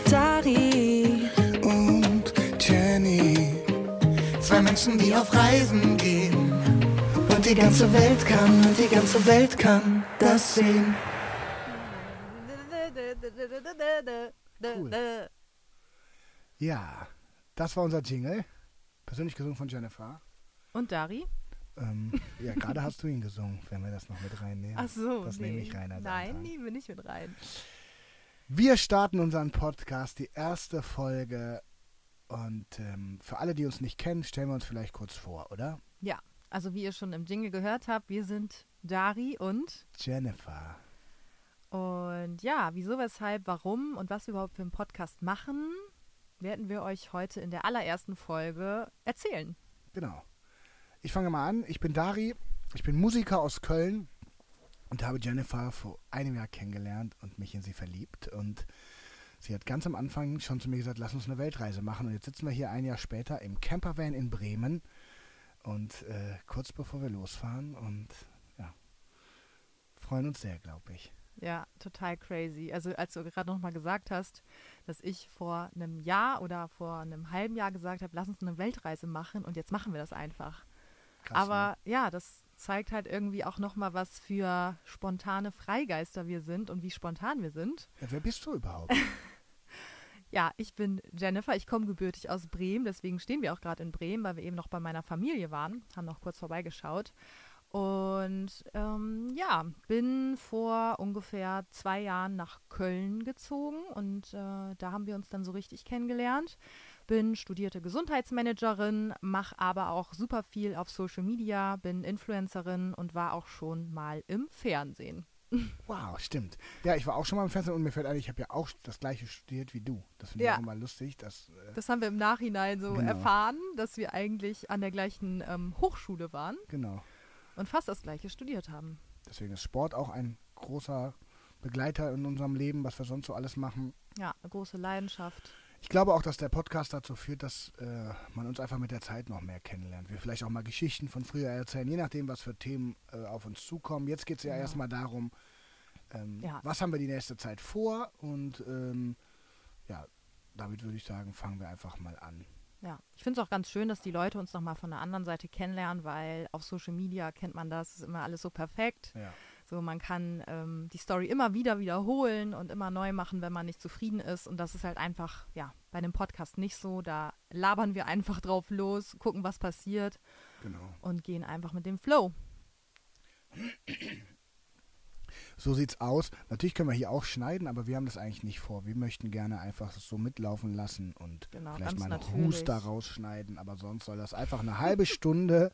Dari und Jenny. Zwei Menschen, die auf Reisen gehen. Und die ganze Welt kann das sehen. Cool. Ja, das war unser Jingle. Persönlich gesungen von Jennifer. Und Dari? Ja, gerade hast du ihn gesungen, wenn wir das noch mit reinnehmen. Ach so, das nehme ich rein. Nein, nehmen wir nicht mit rein. Wir starten unseren Podcast, die erste Folge. Und für alle, die uns nicht kennen, stellen wir uns vielleicht kurz vor, oder? Ja, also wie ihr schon im Jingle gehört habt, wir sind Dari und Jennifer. Und ja, wieso, weshalb, warum und was wir überhaupt für einen Podcast machen, werden wir euch heute in der allerersten Folge erzählen. Genau. Ich fange mal an. Ich bin Dari, ich bin Musiker aus Köln und habe Jennifer vor einem Jahr kennengelernt und mich in sie verliebt. Und sie hat ganz am Anfang schon zu mir gesagt, lass uns eine Weltreise machen. Und jetzt sitzen wir hier ein Jahr später im Campervan in Bremen und kurz bevor wir losfahren und ja, freuen uns sehr, glaube ich. Ja, total crazy. Also als du gerade noch mal gesagt hast, dass ich vor einem Jahr oder vor einem halben Jahr gesagt habe, lass uns eine Weltreise machen und jetzt machen wir das einfach. Krass, aber ja, das zeigt halt irgendwie auch noch mal, was für spontane Freigeister wir sind und wie spontan wir sind. Ja, wer bist du überhaupt? Ja, ich bin Jennifer, ich komme gebürtig aus Bremen, deswegen stehen wir auch gerade in Bremen, weil wir eben noch bei meiner Familie waren, haben noch kurz vorbeigeschaut. Und ja, bin vor ungefähr 2 Jahren nach Köln gezogen und da haben wir uns dann so richtig kennengelernt. Bin studierte Gesundheitsmanagerin, mache aber auch super viel auf Social Media, bin Influencerin und war auch schon mal im Fernsehen. Wow, stimmt. Ja, ich war auch schon mal im Fernsehen und mir fällt ein, ich habe ja auch das gleiche studiert wie du. Das finde ich auch immer lustig. Das haben wir im Nachhinein so erfahren, dass wir eigentlich an der gleichen Hochschule waren. Genau. Und fast das Gleiche studiert haben. Deswegen ist Sport auch ein großer Begleiter in unserem Leben, was wir sonst so alles machen. Ja, eine große Leidenschaft. Ich glaube auch, dass der Podcast dazu führt, dass man uns einfach mit der Zeit noch mehr kennenlernt. Wir vielleicht auch mal Geschichten von früher erzählen, je nachdem, was für Themen auf uns zukommen. Jetzt geht es ja erstmal darum, was haben wir die nächste Zeit vor? Und ja, damit würde ich sagen, fangen wir einfach mal an. Ja, ich finde es auch ganz schön, dass die Leute uns nochmal von der anderen Seite kennenlernen, weil auf Social Media kennt man das, ist immer alles so perfekt. Ja. So, man kann die Story immer wieder wiederholen und immer neu machen, wenn man nicht zufrieden ist. Und das ist halt einfach, ja, bei dem Podcast nicht so. Da labern wir einfach drauf los, gucken, was passiert und gehen einfach mit dem Flow. So sieht's aus. Natürlich können wir hier auch schneiden, aber wir haben das eigentlich nicht vor. Wir möchten gerne einfach so mitlaufen lassen und vielleicht mal einen Huster rausschneiden, aber sonst soll das einfach eine halbe Stunde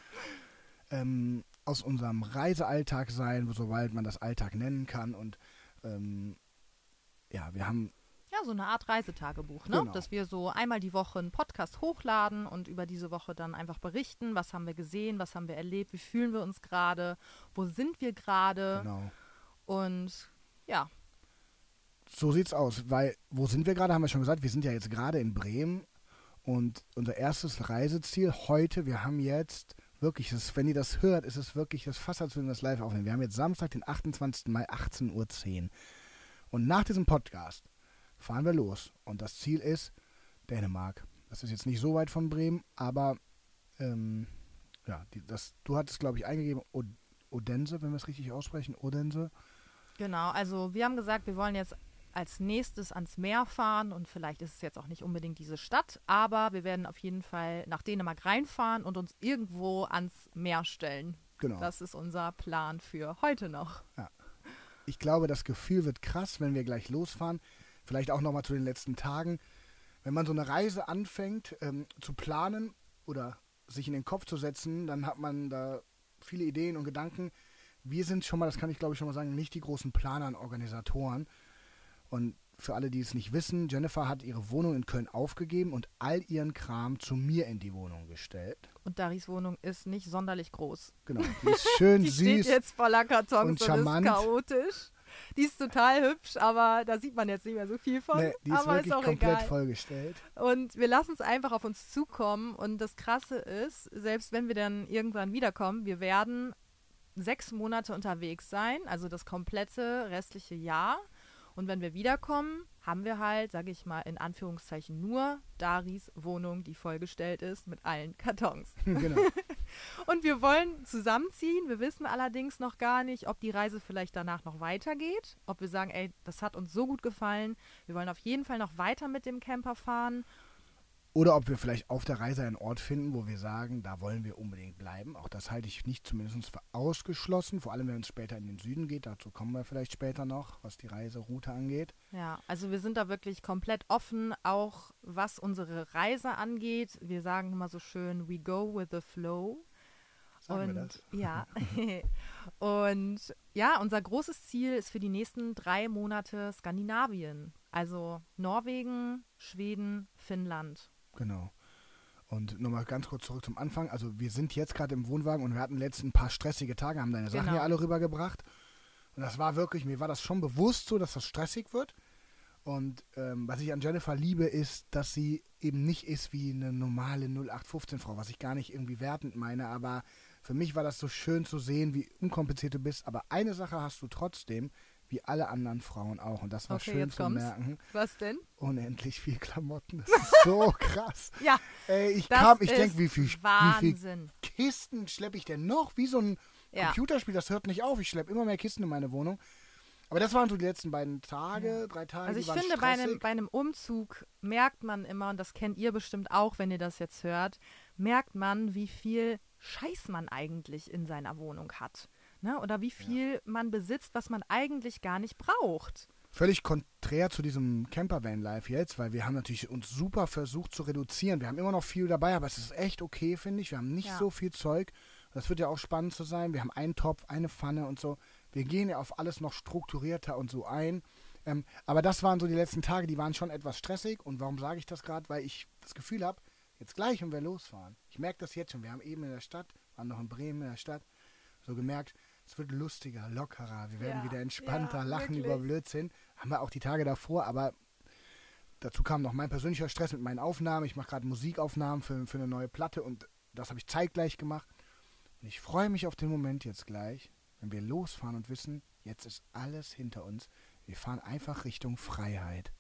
aus unserem Reisealltag sein, soweit man das Alltag nennen kann. Und ja, wir haben so eine Art Reisetagebuch, ne? Dass wir so einmal die Woche einen Podcast hochladen und über diese Woche dann einfach berichten, was haben wir gesehen, was haben wir erlebt, wie fühlen wir uns gerade, wo sind wir gerade. Genau. Und ja. So sieht's aus, weil wo sind wir gerade, haben wir schon gesagt, wir sind ja jetzt gerade in Bremen und unser erstes Reiseziel heute, wir haben jetzt wirklich, wenn ihr das hört, ist es wirklich das fast, als würden wir das live aufnehmen. Wir haben jetzt Samstag, den 28. Mai, 18:10 Uhr. Und nach diesem Podcast fahren wir los. Und das Ziel ist Dänemark. Das ist jetzt nicht so weit von Bremen, aber ja, du hattest, glaube ich, eingegeben, Odense, wenn wir es richtig aussprechen, Odense. Genau, also wir haben gesagt, wir wollen jetzt als nächstes ans Meer fahren und vielleicht ist es jetzt auch nicht unbedingt diese Stadt, aber wir werden auf jeden Fall nach Dänemark reinfahren und uns irgendwo ans Meer stellen. Genau. Das ist unser Plan für heute noch. Ja. Ich glaube, das Gefühl wird krass, wenn wir gleich losfahren. Vielleicht auch nochmal zu den letzten Tagen. Wenn man so eine Reise anfängt zu planen oder sich in den Kopf zu setzen, dann hat man da viele Ideen und Gedanken. Wir sind schon mal, das kann ich glaube ich schon mal sagen, nicht die großen Planer und Organisatoren. Und für alle, die es nicht wissen, Jennifer hat ihre Wohnung in Köln aufgegeben und all ihren Kram zu mir in die Wohnung gestellt. Und Daris Wohnung ist nicht sonderlich groß. Genau, die ist schön die süß steht jetzt voller Kartons und charmant. Ist chaotisch. Die ist total hübsch, aber da sieht man jetzt nicht mehr so viel von. Nee, die ist aber wirklich ist auch komplett egal. vollgestellt. Und wir lassen es einfach auf uns zukommen. Und das Krasse ist, selbst wenn wir dann irgendwann wiederkommen, wir werden 6 Monate unterwegs sein, also das komplette restliche Jahr. Und wenn wir wiederkommen, haben wir halt, sage ich mal, in Anführungszeichen nur Daris Wohnung, die vollgestellt ist mit allen Kartons. Genau. Und wir wollen zusammenziehen. Wir wissen allerdings noch gar nicht, ob die Reise vielleicht danach noch weitergeht. Ob wir sagen, ey, das hat uns so gut gefallen. Wir wollen auf jeden Fall noch weiter mit dem Camper fahren. Oder ob wir vielleicht auf der Reise einen Ort finden, wo wir sagen, da wollen wir unbedingt bleiben. Auch das halte ich nicht zumindest für ausgeschlossen, vor allem wenn es später in den Süden geht. Dazu kommen wir vielleicht später noch, was die Reiseroute angeht. Ja, also wir sind da wirklich komplett offen, auch was unsere Reise angeht. Wir sagen immer so schön, we go with the flow. Sagen wir das? Ja, und ja, unser großes Ziel ist für die nächsten 3 Monate Skandinavien. Also Norwegen, Schweden, Finnland. Genau. Und nochmal ganz kurz zurück zum Anfang. Also wir sind jetzt gerade im Wohnwagen und wir hatten letzten paar stressige Tage, haben deine Sachen Genau. ja alle rübergebracht. Und das war wirklich, mir war das schon bewusst so, dass das stressig wird. Und was ich an Jennifer liebe, ist, dass sie eben nicht ist wie eine normale 0815-Frau, was ich gar nicht irgendwie wertend meine, aber für mich war das so schön zu sehen, wie unkompliziert du bist. Aber eine Sache hast du trotzdem, wie alle anderen Frauen auch. Und das war Okay, schön jetzt zu kommt's. merken. Was denn? Unendlich viel Klamotten. Das ist so krass. Ja, Ey, ich das denke, ist wie viel Wahnsinn. Kisten schleppe ich denn noch? Wie so ein Ja. Computerspiel, das hört nicht auf. Ich schleppe immer mehr Kisten in meine Wohnung. Aber das waren so die letzten beiden Tage, 3 Tage, Also die ich waren finde, stressig. bei einem Umzug merkt man immer, und das kennt ihr bestimmt auch, wenn ihr das jetzt hört, merkt man, wie viel Scheiß man eigentlich in seiner Wohnung hat. Ne? Oder wie viel man besitzt, was man eigentlich gar nicht braucht. Völlig konträr zu diesem Campervan-Life jetzt, weil wir haben natürlich uns super versucht zu reduzieren. Wir haben immer noch viel dabei, aber es ist echt okay, finde ich. Wir haben nicht so viel Zeug. Das wird ja auch spannend zu sein. Wir haben einen Topf, eine Pfanne und so. Wir gehen ja auf alles noch strukturierter und so ein. Aber das waren so die letzten Tage, die waren schon etwas stressig. Und warum sage ich das gerade? Weil ich das Gefühl habe, jetzt gleich, wenn wir losfahren. Ich merke das jetzt schon. Wir haben eben in der Stadt, waren noch in Bremen in der Stadt, so gemerkt, es wird lustiger, lockerer. Wir werden wieder entspannter, lachen wirklich. über Blödsinn. Haben wir auch die Tage davor, aber dazu kam noch mein persönlicher Stress mit meinen Aufnahmen. Ich mache gerade Musikaufnahmen für eine neue Platte und das habe ich zeitgleich gemacht. Und ich freue mich auf den Moment jetzt gleich, wenn wir losfahren und wissen, jetzt ist alles hinter uns. Wir fahren einfach Richtung Freiheit.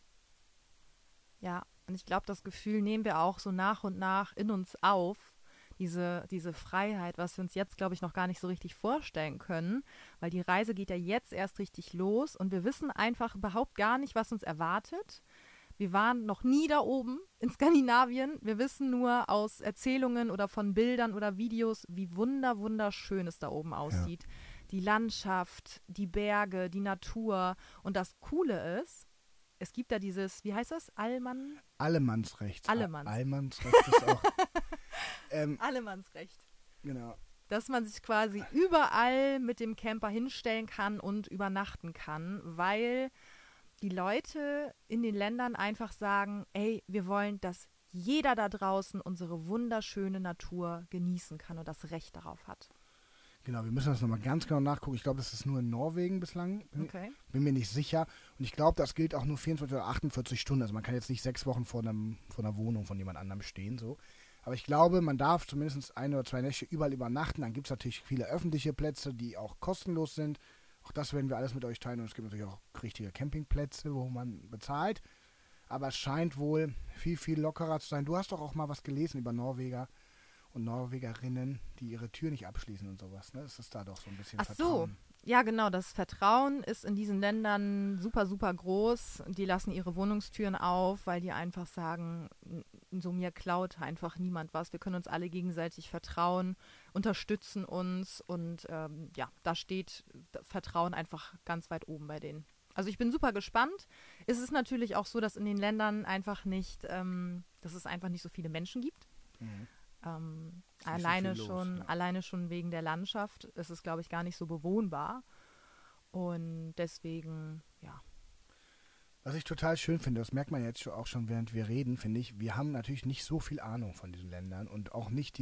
Ja, und ich glaube, das Gefühl nehmen wir auch so nach und nach in uns auf. Diese Freiheit, was wir uns jetzt, glaube ich, noch gar nicht so richtig vorstellen können, weil die Reise geht ja jetzt erst richtig los und wir wissen einfach überhaupt gar nicht, was uns erwartet. Wir waren noch nie da oben in Skandinavien. Wir wissen nur aus Erzählungen oder von Bildern oder Videos, wie wunderschön es da oben aussieht. Die Landschaft, die Berge, die Natur. Und das Coole ist, es gibt da dieses, wie heißt das? Allemannsrecht. Allemanns. Allemannsrecht ist auch. Allemannsrecht. Genau. Dass man sich quasi überall mit dem Camper hinstellen kann und übernachten kann, weil die Leute in den Ländern einfach sagen, ey, wir wollen, dass jeder da draußen unsere wunderschöne Natur genießen kann und das Recht darauf hat. Genau, wir müssen das nochmal ganz genau nachgucken. Ich glaube, das ist nur in Norwegen bislang. Okay. Bin mir nicht sicher. Und ich glaube, das gilt auch nur 24 oder 48 Stunden. Also man kann jetzt nicht 6 Wochen vor einer Wohnung von jemand anderem stehen. So. Aber ich glaube, man darf zumindest 1 oder 2 Nächte überall übernachten. Dann gibt es natürlich viele öffentliche Plätze, die auch kostenlos sind. Auch das werden wir alles mit euch teilen. Und es gibt natürlich auch richtige Campingplätze, wo man bezahlt. Aber es scheint wohl viel lockerer zu sein. Du hast doch auch mal was gelesen über Norweger und Norwegerinnen, die ihre Tür nicht abschließen und sowas. Ne? Das ist da doch so ein bisschen Ach so, Vertrauen. ja genau, das Vertrauen ist in diesen Ländern super groß. Die lassen ihre Wohnungstüren auf, weil die einfach sagen, so mir klaut einfach niemand was. Wir können uns alle gegenseitig vertrauen, unterstützen uns und da steht Vertrauen einfach ganz weit oben bei denen. Also ich bin super gespannt. Es ist natürlich auch so, dass in den Ländern einfach nicht, dass es einfach nicht so viele Menschen gibt. Mhm. Alleine so viel los, ja. alleine schon wegen der Landschaft ist es, glaube ich, gar nicht so bewohnbar. Und deswegen, ja. Was ich total schön finde, das merkt man jetzt auch schon, während wir reden, finde ich, wir haben natürlich nicht so viel Ahnung von diesen Ländern und auch nicht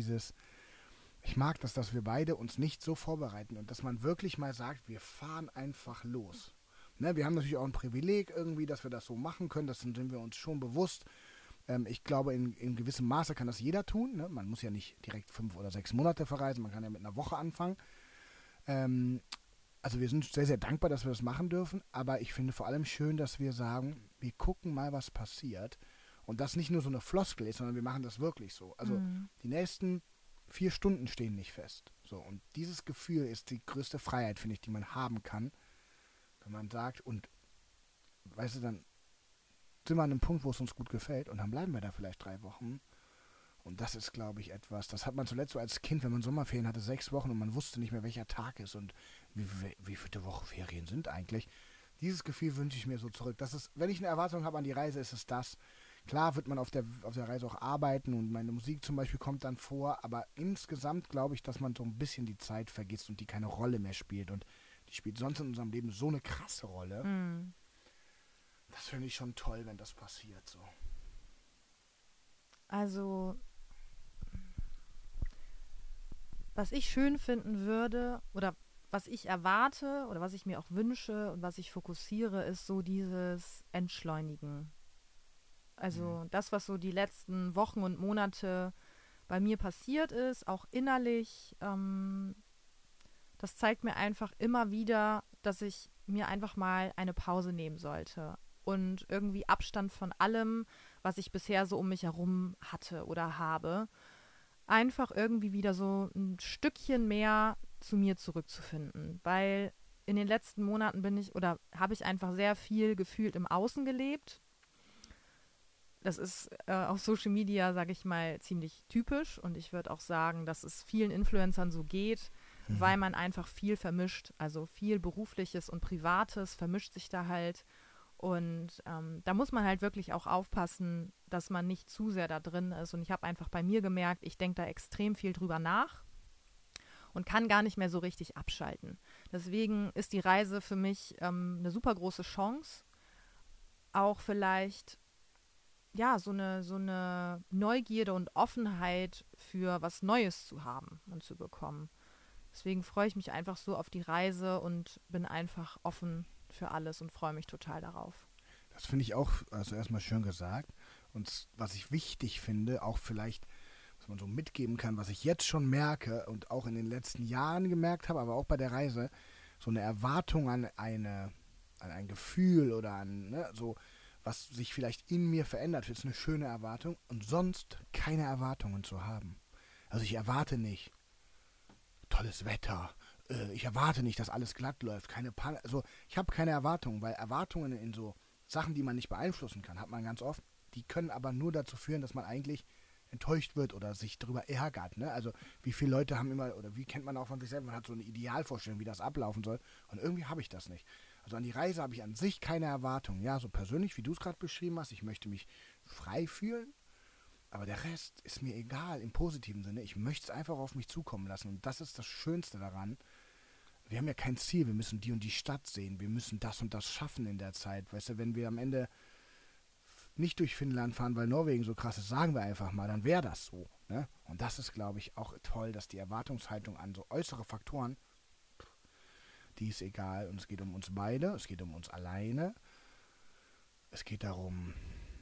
ich mag das, dass wir beide uns nicht so vorbereiten und dass man wirklich mal sagt, wir fahren einfach los. Ne, wir haben natürlich auch ein Privileg irgendwie, dass wir das so machen können, das sind wir uns schon bewusst. Ich glaube, in gewissem Maße kann das jeder tun. Ne? Man muss ja nicht direkt 5 oder 6 Monate verreisen, man kann ja mit einer Woche anfangen. also wir sind sehr, sehr dankbar, dass wir das machen dürfen, aber ich finde vor allem schön, dass wir sagen, wir gucken mal, was passiert. Und das nicht nur so eine Floskel ist, sondern wir machen das wirklich so. Also die nächsten 4 Stunden stehen nicht fest. So, und dieses Gefühl ist die größte Freiheit, finde ich, die man haben kann, wenn man sagt, und weißt du, dann sind wir an einem Punkt, wo es uns gut gefällt und dann bleiben wir da vielleicht 3 Wochen. Und das ist, glaube ich, etwas, das hat man zuletzt so als Kind, wenn man Sommerferien hatte, 6 Wochen und man wusste nicht mehr, welcher Tag ist und wie viele Wochen Ferien sind eigentlich. Dieses Gefühl wünsche ich mir so zurück. Das ist, wenn ich eine Erwartung habe an die Reise, ist es das. Klar wird man auf der Reise auch arbeiten und meine Musik zum Beispiel kommt dann vor, aber insgesamt glaube ich, dass man so ein bisschen die Zeit vergisst und die keine Rolle mehr spielt. Und die spielt sonst in unserem Leben so eine krasse Rolle. Das finde ich schon toll, wenn das passiert. So. Also, was ich schön finden würde oder was ich erwarte oder was ich mir auch wünsche und was ich fokussiere, ist so dieses Entschleunigen. Also das, was so die letzten Wochen und Monate bei mir passiert ist, auch innerlich, das zeigt mir einfach immer wieder, dass ich mir einfach mal eine Pause nehmen sollte und irgendwie Abstand von allem, was ich bisher so um mich herum hatte oder habe, einfach irgendwie wieder so ein Stückchen mehr zu mir zurückzufinden, weil in den letzten Monaten habe ich einfach sehr viel gefühlt im Außen gelebt. Das ist auf Social Media, sage ich mal, ziemlich typisch und ich würde auch sagen, dass es vielen Influencern so geht, weil man einfach viel vermischt, also viel Berufliches und Privates vermischt sich da halt und da muss man halt wirklich auch aufpassen, dass man nicht zu sehr da drin ist und ich habe einfach bei mir gemerkt, ich denke da extrem viel drüber nach und kann gar nicht mehr so richtig abschalten. Deswegen ist die Reise für mich eine super große Chance, auch vielleicht ja, so eine Neugierde und Offenheit für was Neues zu haben und zu bekommen. Deswegen freue ich mich einfach so auf die Reise und bin einfach offen für alles und freue mich total darauf. Das finde ich auch, also erstmal schön gesagt. Und was ich wichtig finde, auch vielleicht, was man so mitgeben kann, was ich jetzt schon merke und auch in den letzten Jahren gemerkt habe, aber auch bei der Reise, so eine Erwartung an ein Gefühl oder an, ne, so was sich vielleicht in mir verändert, ist eine schöne Erwartung und sonst keine Erwartungen zu haben. Also ich erwarte nicht tolles Wetter, ich erwarte nicht, dass alles glatt läuft, keine Panik, also ich habe keine Erwartungen, weil Erwartungen in so Sachen, die man nicht beeinflussen kann, hat man ganz oft, die können aber nur dazu führen, dass man eigentlich enttäuscht wird oder sich darüber ärgert. Ne? Also wie viele Leute haben immer, oder wie kennt man auch von sich selber, man hat so eine Idealvorstellung, wie das ablaufen soll und irgendwie habe ich das nicht. Also an die Reise habe ich an sich keine Erwartungen. Ja, so persönlich, wie du es gerade beschrieben hast, ich möchte mich frei fühlen, aber der Rest ist mir egal, im positiven Sinne. Ich möchte es einfach auf mich zukommen lassen und das ist das Schönste daran. Wir haben ja kein Ziel, wir müssen die und die Stadt sehen, wir müssen das und das schaffen in der Zeit. Weißt du, wenn wir am Ende nicht durch Finnland fahren, weil Norwegen so krass ist, sagen wir einfach mal, dann wäre das so. Ne? Und das ist, glaube ich, auch toll, dass die Erwartungshaltung an so äußere Faktoren, die ist egal und es geht um uns beide, es geht um uns alleine, es geht darum,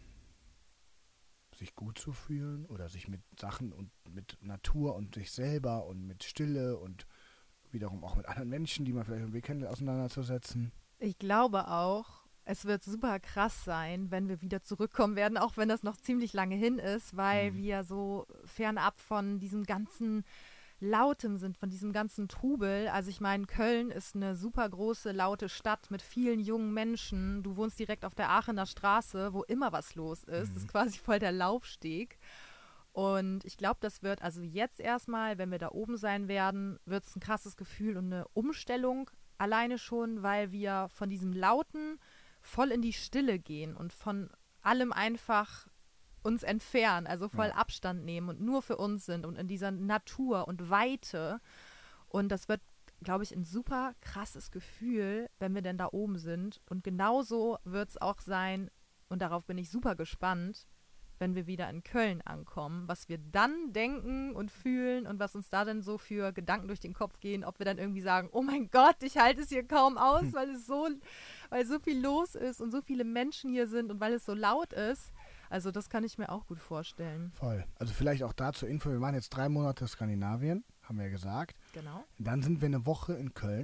sich gut zu fühlen oder sich mit Sachen und mit Natur und sich selber und mit Stille und wiederum auch mit anderen Menschen, die man vielleicht im Weg kennt, auseinanderzusetzen. Ich glaube auch, es wird super krass sein, wenn wir wieder zurückkommen werden, auch wenn das noch ziemlich lange hin ist, weil wir so fernab von diesem ganzen Lautem sind, von diesem ganzen Trubel. Also ich meine, Köln ist eine super große, laute Stadt mit vielen jungen Menschen. Du wohnst direkt auf der Aachener Straße, wo immer was los ist. Das ist quasi voll der Laufsteg. Und ich glaube, das wird also jetzt erstmal, wenn wir da oben sein werden, wird es ein krasses Gefühl und eine Umstellung. Alleine schon, weil wir von diesem Lauten voll in die Stille gehen und von allem einfach uns entfernen, also voll Abstand nehmen und nur für uns sind und in dieser Natur und Weite. Und das wird, glaube ich, ein super krasses Gefühl, wenn wir denn da oben sind. Und genauso wird es auch sein, und darauf bin ich super gespannt, wenn wir wieder in Köln ankommen, was wir dann denken und fühlen und was uns da dann so für Gedanken durch den Kopf gehen, ob wir dann irgendwie sagen, oh mein Gott, ich halte es hier kaum aus, weil so viel los ist und so viele Menschen hier sind und weil es so laut ist. Also das kann ich mir auch gut vorstellen. Voll. Also vielleicht auch da zur Info, wir machen jetzt 3 Monate Skandinavien, haben wir ja gesagt. Genau. Dann sind wir eine Woche in Köln,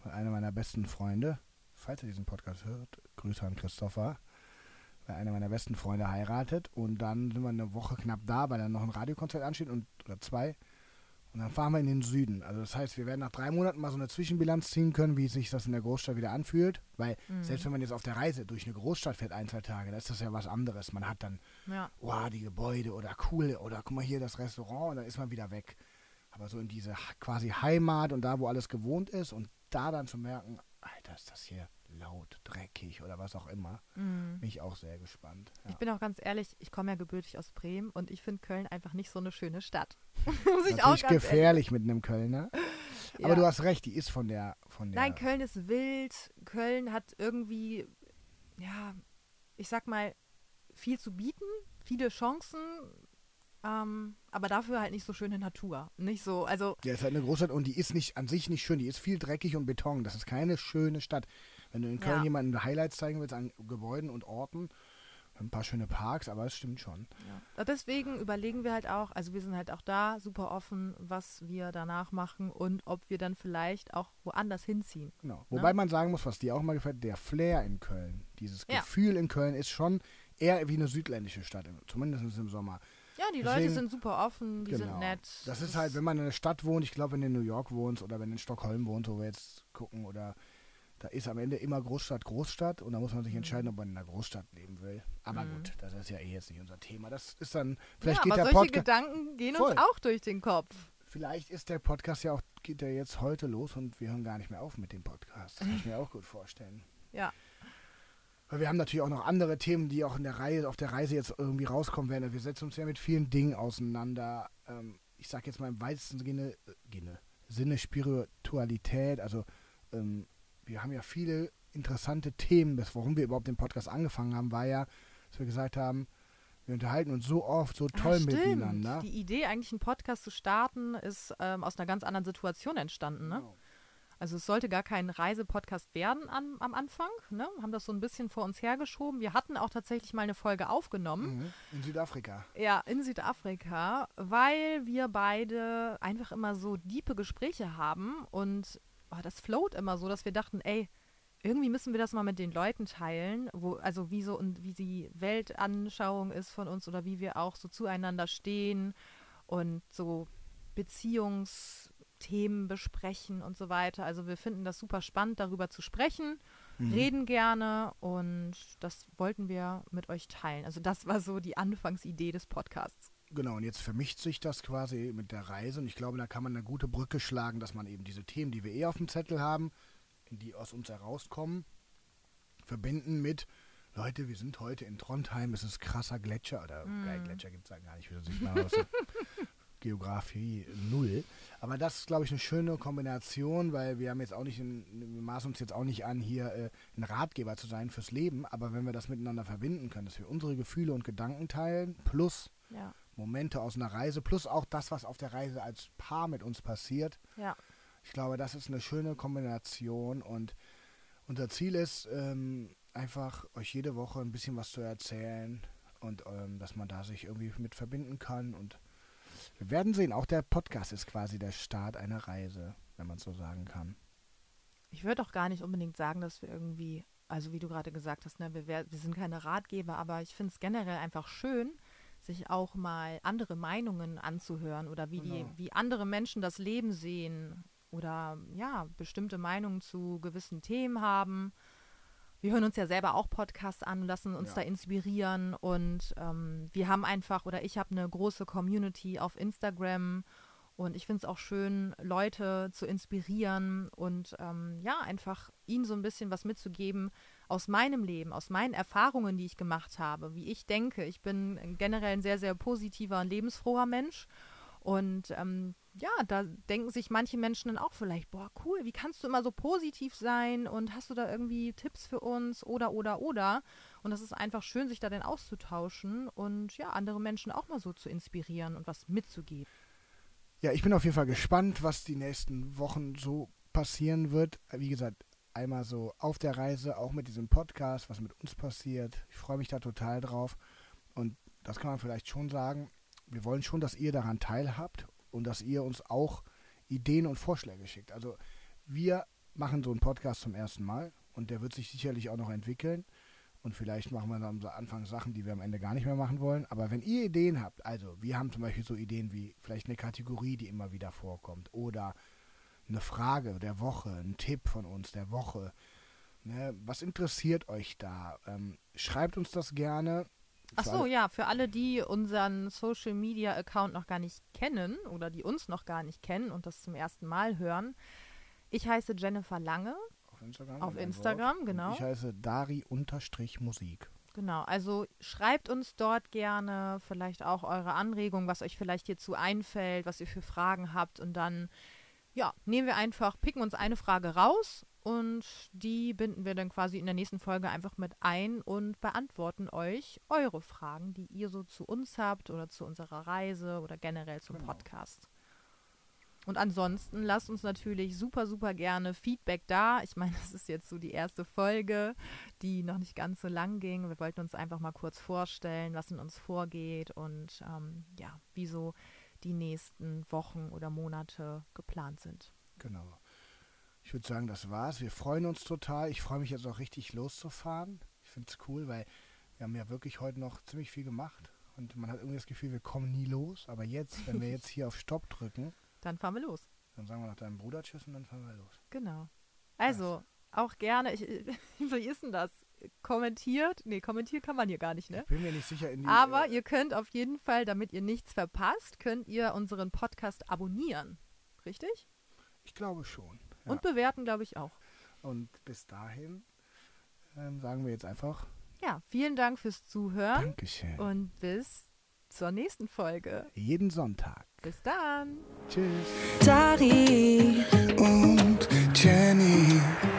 einer meiner besten Freunde, falls er diesen Podcast hört, Grüße an Christopher, weil einer meiner besten Freunde heiratet und dann sind wir eine Woche knapp da, weil dann noch ein Radiokonzert ansteht oder 2 und dann fahren wir in den Süden. Also das heißt, wir werden nach 3 Monaten mal so eine Zwischenbilanz ziehen können, wie sich das in der Großstadt wieder anfühlt, weil selbst wenn man jetzt auf der Reise durch eine Großstadt fährt, 1, 2 Tage, da ist das ja was anderes. Man hat dann, die Gebäude oder cool oder guck mal hier das Restaurant und dann ist man wieder weg. Aber so in diese quasi Heimat und da, wo alles gewohnt ist und da dann zu merken, Alter, ist das hier laut, dreckig oder was auch immer. Bin ich auch sehr gespannt. Ja. Ich bin auch ganz ehrlich, ich komme ja gebürtig aus Bremen und ich finde Köln einfach nicht so eine schöne Stadt. Muss ich auch ganz gefährlich mit einem Kölner. Aber Ja. du hast recht, die ist von der... Nein, Köln ist wild. Köln hat irgendwie, ja, ich sag mal, viel zu bieten, viele Chancen, aber dafür halt nicht so schöne Natur. Nicht so, also... Ja, ist halt eine Großstadt und die ist nicht an sich nicht schön. Die ist viel dreckig und Beton. Das ist keine schöne Stadt. Wenn du in Köln jemanden Highlights zeigen willst an Gebäuden und Orten, ein paar schöne Parks, aber es stimmt schon. Ja. Deswegen überlegen wir halt auch, also wir sind halt auch da super offen, was wir danach machen und ob wir dann vielleicht auch woanders hinziehen. Genau. Wobei man sagen muss, was dir auch mal gefällt, der Flair in Köln, dieses Gefühl in Köln ist schon eher wie eine südländische Stadt, zumindest im Sommer. Ja, die Leute sind super offen, die sind nett. Das ist halt, wenn man in einer Stadt wohnt, ich glaube, wenn du in New York wohnst oder wenn du in Stockholm wohnst, wo wir jetzt gucken, oder da ist am Ende immer Großstadt und da muss man sich entscheiden, ob man in einer Großstadt leben will. Aber gut, das ist ja jetzt nicht unser Thema. Das ist dann, vielleicht geht aber der solche Podcast... Gedanken gehen uns auch durch den Kopf. Vielleicht ist der Podcast ja auch, geht der jetzt heute los und wir hören gar nicht mehr auf mit dem Podcast. Das kann ich mir auch gut vorstellen. Ja. Weil wir haben natürlich auch noch andere Themen, die auch auf der Reise jetzt irgendwie rauskommen werden. Wir setzen uns ja mit vielen Dingen auseinander. Ich sag jetzt mal im weitesten Sinne Spiritualität. Also wir haben ja viele interessante Themen. Warum wir überhaupt den Podcast angefangen haben, war ja, dass wir gesagt haben, wir unterhalten uns so oft, so toll miteinander. Die Idee, eigentlich einen Podcast zu starten, ist aus einer ganz anderen Situation entstanden, ne? Genau. Also es sollte gar kein Reisepodcast werden am Anfang, ne? Haben das so ein bisschen vor uns hergeschoben. Wir hatten auch tatsächlich mal eine Folge aufgenommen. In Südafrika. Ja, in Südafrika, weil wir beide einfach immer so diepe Gespräche haben und das float immer so, dass wir dachten, ey, irgendwie müssen wir das mal mit den Leuten teilen, wie die Weltanschauung ist von uns oder wie wir auch so zueinander stehen und so Beziehungsthemen besprechen und so weiter. Also wir finden das super spannend, darüber zu sprechen, reden gerne und das wollten wir mit euch teilen. Also das war so die Anfangsidee des Podcasts. Genau, und jetzt vermischt sich das quasi mit der Reise und ich glaube, da kann man eine gute Brücke schlagen, dass man eben diese Themen, die wir auf dem Zettel haben, die aus uns herauskommen, verbinden mit, Leute, wir sind heute in Trondheim, es ist krasser Gletscher, oder Gletscher gibt es da gar nicht, wie das sieht man aus. Geografie 0. Aber das ist, glaube ich, eine schöne Kombination, weil wir haben jetzt auch nicht, wir maßen uns jetzt auch nicht an, hier ein Ratgeber zu sein fürs Leben, aber wenn wir das miteinander verbinden können, dass wir unsere Gefühle und Gedanken teilen, plus Momente aus einer Reise, plus auch das, was auf der Reise als Paar mit uns passiert. Ja. Ich glaube, das ist eine schöne Kombination und unser Ziel ist, einfach euch jede Woche ein bisschen was zu erzählen und dass man da sich irgendwie mit verbinden kann und wir werden sehen, auch der Podcast ist quasi der Start einer Reise, wenn man es so sagen kann. Ich würde auch gar nicht unbedingt sagen, dass wir irgendwie, also wie du gerade gesagt hast, ne, wir sind keine Ratgeber, aber ich finde es generell einfach schön, sich auch mal andere Meinungen anzuhören oder wie andere Menschen das Leben sehen oder ja, bestimmte Meinungen zu gewissen Themen haben. Wir hören uns ja selber auch Podcasts an, lassen uns da inspirieren und wir haben einfach, oder ich habe eine große Community auf Instagram und ich finde es auch schön, Leute zu inspirieren und einfach ihnen so ein bisschen was mitzugeben aus meinem Leben, aus meinen Erfahrungen, die ich gemacht habe, wie ich denke. Ich bin generell ein sehr, sehr positiver und lebensfroher Mensch. Und da denken sich manche Menschen dann auch vielleicht, boah, cool, wie kannst du immer so positiv sein und hast du da irgendwie Tipps für uns oder. Und das ist einfach schön, sich da dann auszutauschen und ja, andere Menschen auch mal so zu inspirieren und was mitzugeben. Ja, ich bin auf jeden Fall gespannt, was die nächsten Wochen so passieren wird. Wie gesagt, einmal so auf der Reise, auch mit diesem Podcast, was mit uns passiert. Ich freue mich da total drauf und das kann man vielleicht schon sagen. Wir wollen schon, dass ihr daran teilhabt und dass ihr uns auch Ideen und Vorschläge schickt. Also wir machen so einen Podcast zum ersten Mal und der wird sich sicherlich auch noch entwickeln. Und vielleicht machen wir dann am Anfang Sachen, die wir am Ende gar nicht mehr machen wollen. Aber wenn ihr Ideen habt, also wir haben zum Beispiel so Ideen wie vielleicht eine Kategorie, die immer wieder vorkommt oder eine Frage der Woche, ein Tipp von uns der Woche. Ne, was interessiert euch da? Schreibt uns das gerne. Ach so, ja, für alle, die unseren Social-Media-Account noch gar nicht kennen oder die uns noch gar nicht kennen und das zum ersten Mal hören. Ich heiße Jennifer Lange. Auf Instagram, genau. Ich heiße Dari_Musik. Genau, also schreibt uns dort gerne vielleicht auch eure Anregungen, was euch vielleicht hierzu einfällt, was ihr für Fragen habt und dann, ja, picken uns eine Frage raus und die binden wir dann quasi in der nächsten Folge einfach mit ein und beantworten euch eure Fragen, die ihr so zu uns habt oder zu unserer Reise oder generell zum Podcast. Und ansonsten lasst uns natürlich super, super gerne Feedback da. Ich meine, das ist jetzt so die erste Folge, die noch nicht ganz so lang ging. Wir wollten uns einfach mal kurz vorstellen, was in uns vorgeht und wie so die nächsten Wochen oder Monate geplant sind. Genau. Ich würde sagen, das war's. Wir freuen uns total. Ich freue mich jetzt auch richtig loszufahren. Ich finde es cool, weil wir haben ja wirklich heute noch ziemlich viel gemacht. Und man hat irgendwie das Gefühl, wir kommen nie los. Aber jetzt, wenn wir jetzt hier auf Stopp drücken, dann fahren wir los. Dann sagen wir nach deinem Bruder Tschüss und dann fahren wir los. Genau. Also, auch gerne, wie ist denn das? Kommentiert? Nee, kommentieren kann man hier gar nicht, ne? Ich bin mir nicht sicher. Aber ihr könnt auf jeden Fall, damit ihr nichts verpasst, könnt ihr unseren Podcast abonnieren. Richtig? Ich glaube schon. Ja. Und bewerten, glaube ich, auch. Und bis dahin sagen wir jetzt einfach. Ja, vielen Dank fürs Zuhören. Dankeschön. Und bis zur nächsten Folge. Jeden Sonntag. Bis dann. Tschüss. Dari und Jenny.